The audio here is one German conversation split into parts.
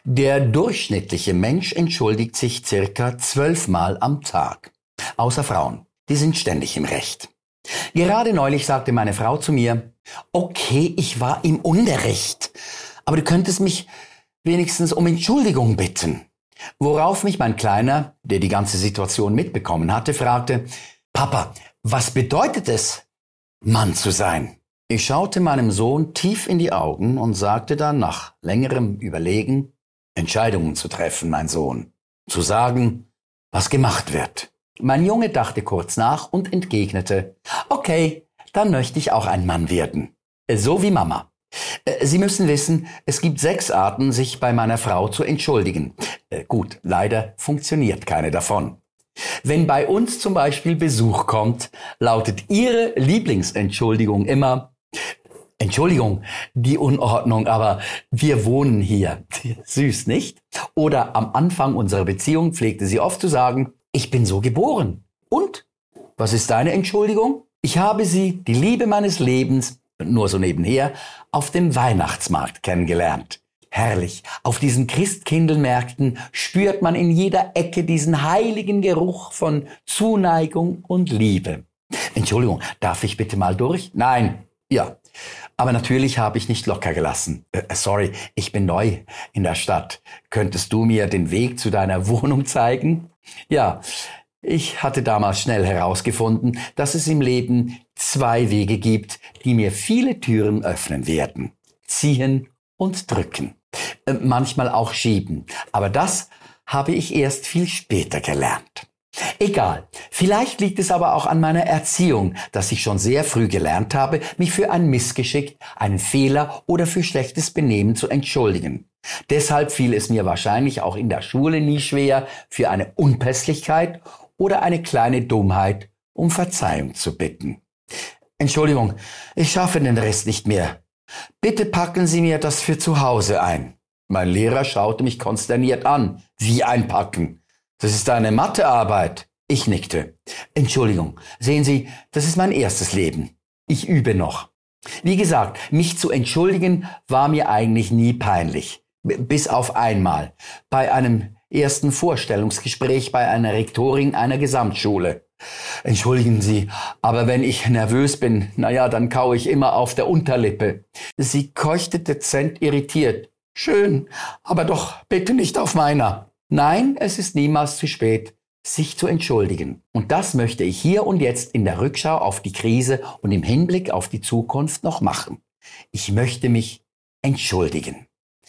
Der durchschnittliche Mensch entschuldigt sich circa 12 Mal am Tag. Außer Frauen, die sind ständig im Recht. Gerade neulich sagte meine Frau zu mir, okay, ich war im Unrecht, aber du könntest mich wenigstens um Entschuldigung bitten. Worauf mich mein Kleiner, der die ganze Situation mitbekommen hatte, fragte, Papa, was bedeutet es, Mann zu sein? Ich schaute meinem Sohn tief in die Augen und sagte dann nach längerem Überlegen, Entscheidungen zu treffen, mein Sohn. Zu sagen, was gemacht wird. Mein Junge dachte kurz nach und entgegnete, okay, dann möchte ich auch ein Mann werden. So wie Mama. Sie müssen wissen, es gibt 6 Arten, sich bei meiner Frau zu entschuldigen. Gut, leider funktioniert keine davon. Wenn bei uns zum Beispiel Besuch kommt, lautet ihre Lieblingsentschuldigung immer, Entschuldigung, die Unordnung, aber wir wohnen hier. Süß, nicht? Oder am Anfang unserer Beziehung pflegte sie oft zu sagen, ich bin so geboren. Und? Was ist deine Entschuldigung? Ich habe sie, die Liebe meines Lebens, nur so nebenher, auf dem Weihnachtsmarkt kennengelernt. Herrlich, auf diesen Christkindlmärkten spürt man in jeder Ecke diesen heiligen Geruch von Zuneigung und Liebe. Entschuldigung, darf ich bitte mal durch? Nein, ja. Aber natürlich habe ich nicht locker gelassen. Sorry, ich bin neu in der Stadt. Könntest du mir den Weg zu deiner Wohnung zeigen? Ja, ich hatte damals schnell herausgefunden, dass es im Leben 2 Wege gibt, die mir viele Türen öffnen werden. Ziehen und drücken. Manchmal auch schieben. Aber das habe ich erst viel später gelernt. Egal, vielleicht liegt es aber auch an meiner Erziehung, dass ich schon sehr früh gelernt habe, mich für ein Missgeschick, einen Fehler oder für schlechtes Benehmen zu entschuldigen. Deshalb fiel es mir wahrscheinlich auch in der Schule nie schwer, für eine Unpässlichkeit oder eine kleine Dummheit um Verzeihung zu bitten. Entschuldigung, ich schaffe den Rest nicht mehr. Bitte packen Sie mir das für zu Hause ein. Mein Lehrer schaute mich konsterniert an. Wie einpacken? Das ist eine Mathearbeit. Ich nickte. Entschuldigung, sehen Sie, das ist mein erstes Leben. Ich übe noch. Wie gesagt, mich zu entschuldigen war mir eigentlich nie peinlich. Bis auf einmal. Bei einem ersten Vorstellungsgespräch bei einer Rektorin einer Gesamtschule. Entschuldigen Sie, aber wenn ich nervös bin, dann kaue ich immer auf der Unterlippe. Sie keuchte dezent irritiert. Schön, aber doch bitte nicht auf meiner. Nein, es ist niemals zu spät, sich zu entschuldigen. Und das möchte ich hier und jetzt in der Rückschau auf die Krise und im Hinblick auf die Zukunft noch machen. Ich möchte mich entschuldigen.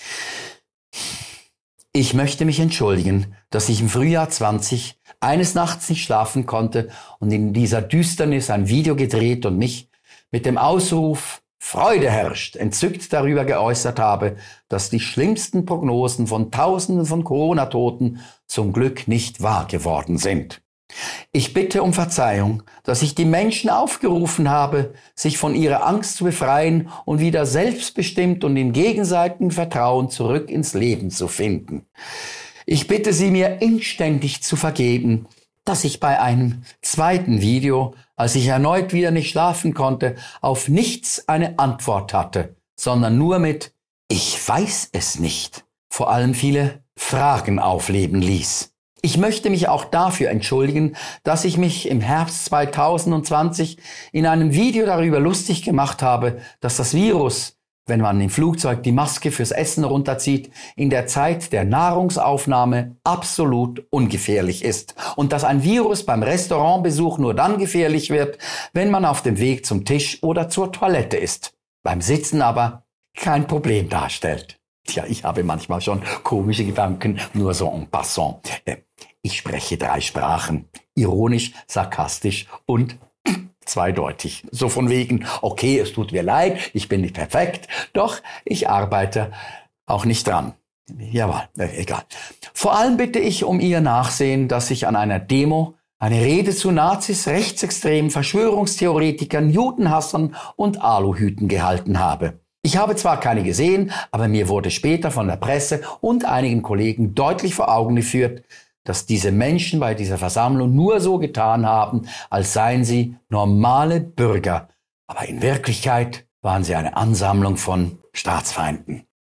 Ich möchte mich entschuldigen, dass ich im Frühjahr 20 eines Nachts nicht schlafen konnte und in dieser Düsternis ein Video gedreht und mich mit dem Ausruf Freude herrscht, entzückt darüber geäußert habe, dass die schlimmsten Prognosen von Tausenden von Corona-Toten zum Glück nicht wahr geworden sind. Ich bitte um Verzeihung, dass ich die Menschen aufgerufen habe, sich von ihrer Angst zu befreien und wieder selbstbestimmt und in gegenseitigem Vertrauen zurück ins Leben zu finden. Ich bitte Sie, mir inständig zu vergeben, dass ich bei einem zweiten Video, als ich erneut wieder nicht schlafen konnte, auf nichts eine Antwort hatte, sondern nur mit Ich weiß es nicht, vor allem viele Fragen aufleben ließ. Ich möchte mich auch dafür entschuldigen, dass ich mich im Herbst 2020 in einem Video darüber lustig gemacht habe, dass das Virus, wenn man im Flugzeug die Maske fürs Essen runterzieht, in der Zeit der Nahrungsaufnahme absolut ungefährlich ist. Und dass ein Virus beim Restaurantbesuch nur dann gefährlich wird, wenn man auf dem Weg zum Tisch oder zur Toilette ist. Beim Sitzen aber kein Problem darstellt. Tja, ich habe manchmal schon komische Gedanken, nur so en passant. Ich spreche 3 Sprachen. Ironisch, sarkastisch und zweideutig. So von wegen, okay, es tut mir leid, ich bin nicht perfekt, doch ich arbeite auch nicht dran. Jawohl, egal. Vor allem bitte ich um Ihr Nachsehen, dass ich an einer Demo eine Rede zu Nazis, Rechtsextremen, Verschwörungstheoretikern, Judenhassern und Aluhüten gehalten habe. Ich habe zwar keine gesehen, aber mir wurde später von der Presse und einigen Kollegen deutlich vor Augen geführt, dass diese Menschen bei dieser Versammlung nur so getan haben, als seien sie normale Bürger. Aber in Wirklichkeit waren sie eine Ansammlung von Staatsfeinden.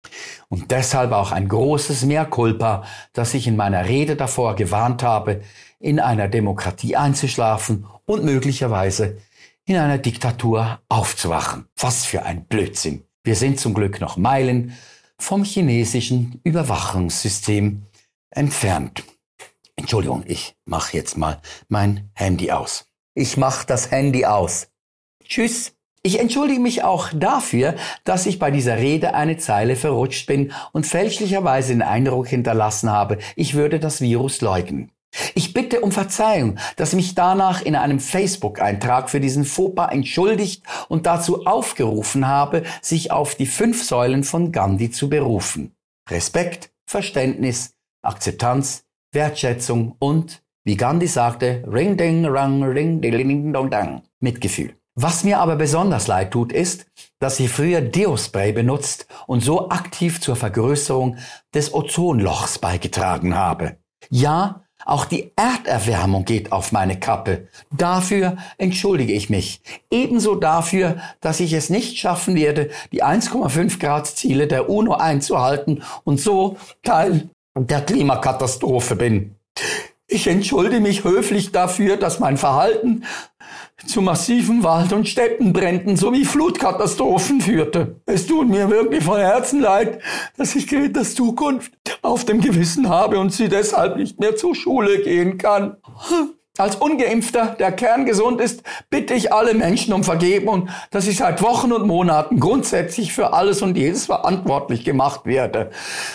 Und deshalb auch ein großes Mea culpa, dass ich in meiner Rede davor gewarnt habe, in einer Demokratie einzuschlafen und möglicherweise in einer Diktatur aufzuwachen. Was für ein Blödsinn. Wir sind zum Glück noch Meilen vom chinesischen Überwachungssystem entfernt. Entschuldigung, ich mache jetzt mal mein Handy aus. Ich mache das Handy aus. Tschüss. Ich entschuldige mich auch dafür, dass ich bei dieser Rede eine Zeile verrutscht bin und fälschlicherweise den Eindruck hinterlassen habe, ich würde das Virus leugnen. Ich bitte um Verzeihung, dass ich mich danach in einem Facebook-Eintrag für diesen Fauxpas entschuldigt und dazu aufgerufen habe, sich auf die 5 Säulen von Gandhi zu berufen. Respekt, Verständnis, Akzeptanz, Wertschätzung und, wie Gandhi sagte, Ring Ding Rang Ring Ding Dong Dang, Mitgefühl. Was mir aber besonders leid tut, ist, dass ich früher Deo-Spray benutzt und so aktiv zur Vergrößerung des Ozonlochs beigetragen habe. Ja, auch die Erderwärmung geht auf meine Kappe. Dafür entschuldige ich mich. Ebenso dafür, dass ich es nicht schaffen werde, die 1,5 Grad Ziele der UNO einzuhalten und so Teil der Klimakatastrophe bin. Ich entschuldige mich höflich dafür, dass mein Verhalten zu massiven Wald- und Steppenbränden sowie Flutkatastrophen führte. Es tut mir wirklich von Herzen leid, dass ich Gretas Zukunft auf dem Gewissen habe und sie deshalb nicht mehr zur Schule gehen kann. Als Ungeimpfter, der kerngesund ist, bitte ich alle Menschen um Vergebung, dass ich seit Wochen und Monaten grundsätzlich für alles und jedes verantwortlich gemacht werde.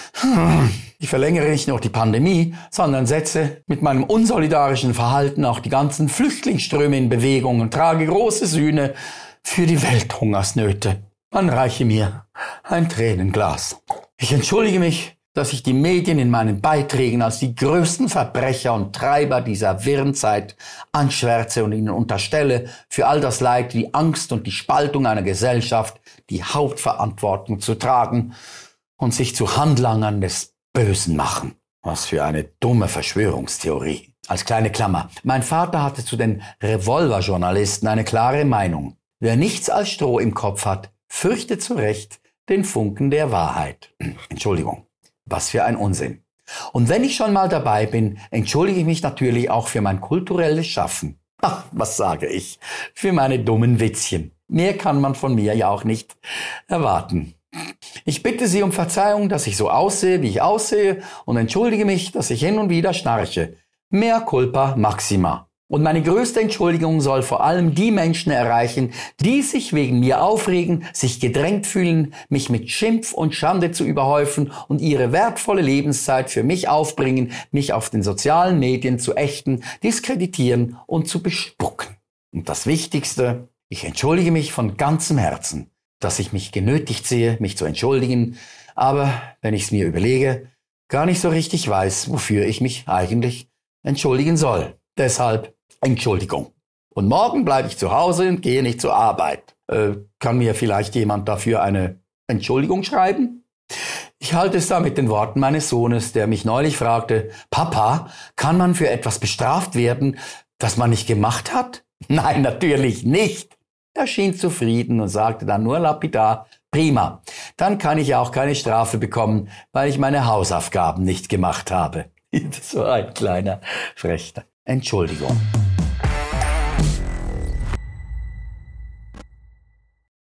Ich verlängere nicht nur die Pandemie, sondern setze mit meinem unsolidarischen Verhalten auch die ganzen Flüchtlingsströme in Bewegung und trage große Sühne für die Welthungersnöte. Man reiche mir ein Tränenglas. Ich entschuldige mich, dass ich die Medien in meinen Beiträgen als die größten Verbrecher und Treiber dieser wirren Zeit anschwärze und ihnen unterstelle, für all das Leid, die Angst und die Spaltung einer Gesellschaft die Hauptverantwortung zu tragen und sich zu Handlangern des Bösen machen. Was für eine dumme Verschwörungstheorie. Als kleine Klammer. Mein Vater hatte zu den Revolverjournalisten eine klare Meinung. Wer nichts als Stroh im Kopf hat, fürchtet zu Recht den Funken der Wahrheit. Entschuldigung. Was für ein Unsinn. Und wenn ich schon mal dabei bin, entschuldige ich mich natürlich auch für mein kulturelles Schaffen. Ach, was sage ich? Für meine dummen Witzchen. Mehr kann man von mir ja auch nicht erwarten. Ich bitte Sie um Verzeihung, dass ich so aussehe, wie ich aussehe, und entschuldige mich, dass ich hin und wieder schnarche. Mea culpa maxima. Und meine größte Entschuldigung soll vor allem die Menschen erreichen, die sich wegen mir aufregen, sich gedrängt fühlen, mich mit Schimpf und Schande zu überhäufen und ihre wertvolle Lebenszeit für mich aufbringen, mich auf den sozialen Medien zu ächten, diskreditieren und zu bespucken. Und das Wichtigste, ich entschuldige mich von ganzem Herzen, dass ich mich genötigt sehe, mich zu entschuldigen, aber wenn ich es mir überlege, gar nicht so richtig weiß, wofür ich mich eigentlich entschuldigen soll. Deshalb Entschuldigung. Und morgen bleibe ich zu Hause und gehe nicht zur Arbeit. Kann mir vielleicht jemand dafür eine Entschuldigung schreiben? Ich halte es da mit den Worten meines Sohnes, der mich neulich fragte, Papa, kann man für etwas bestraft werden, das man nicht gemacht hat? Nein, natürlich nicht. Er schien zufrieden und sagte dann nur lapidar, prima, dann kann ich ja auch keine Strafe bekommen, weil ich meine Hausaufgaben nicht gemacht habe. Das war ein kleiner Frechter. Entschuldigung.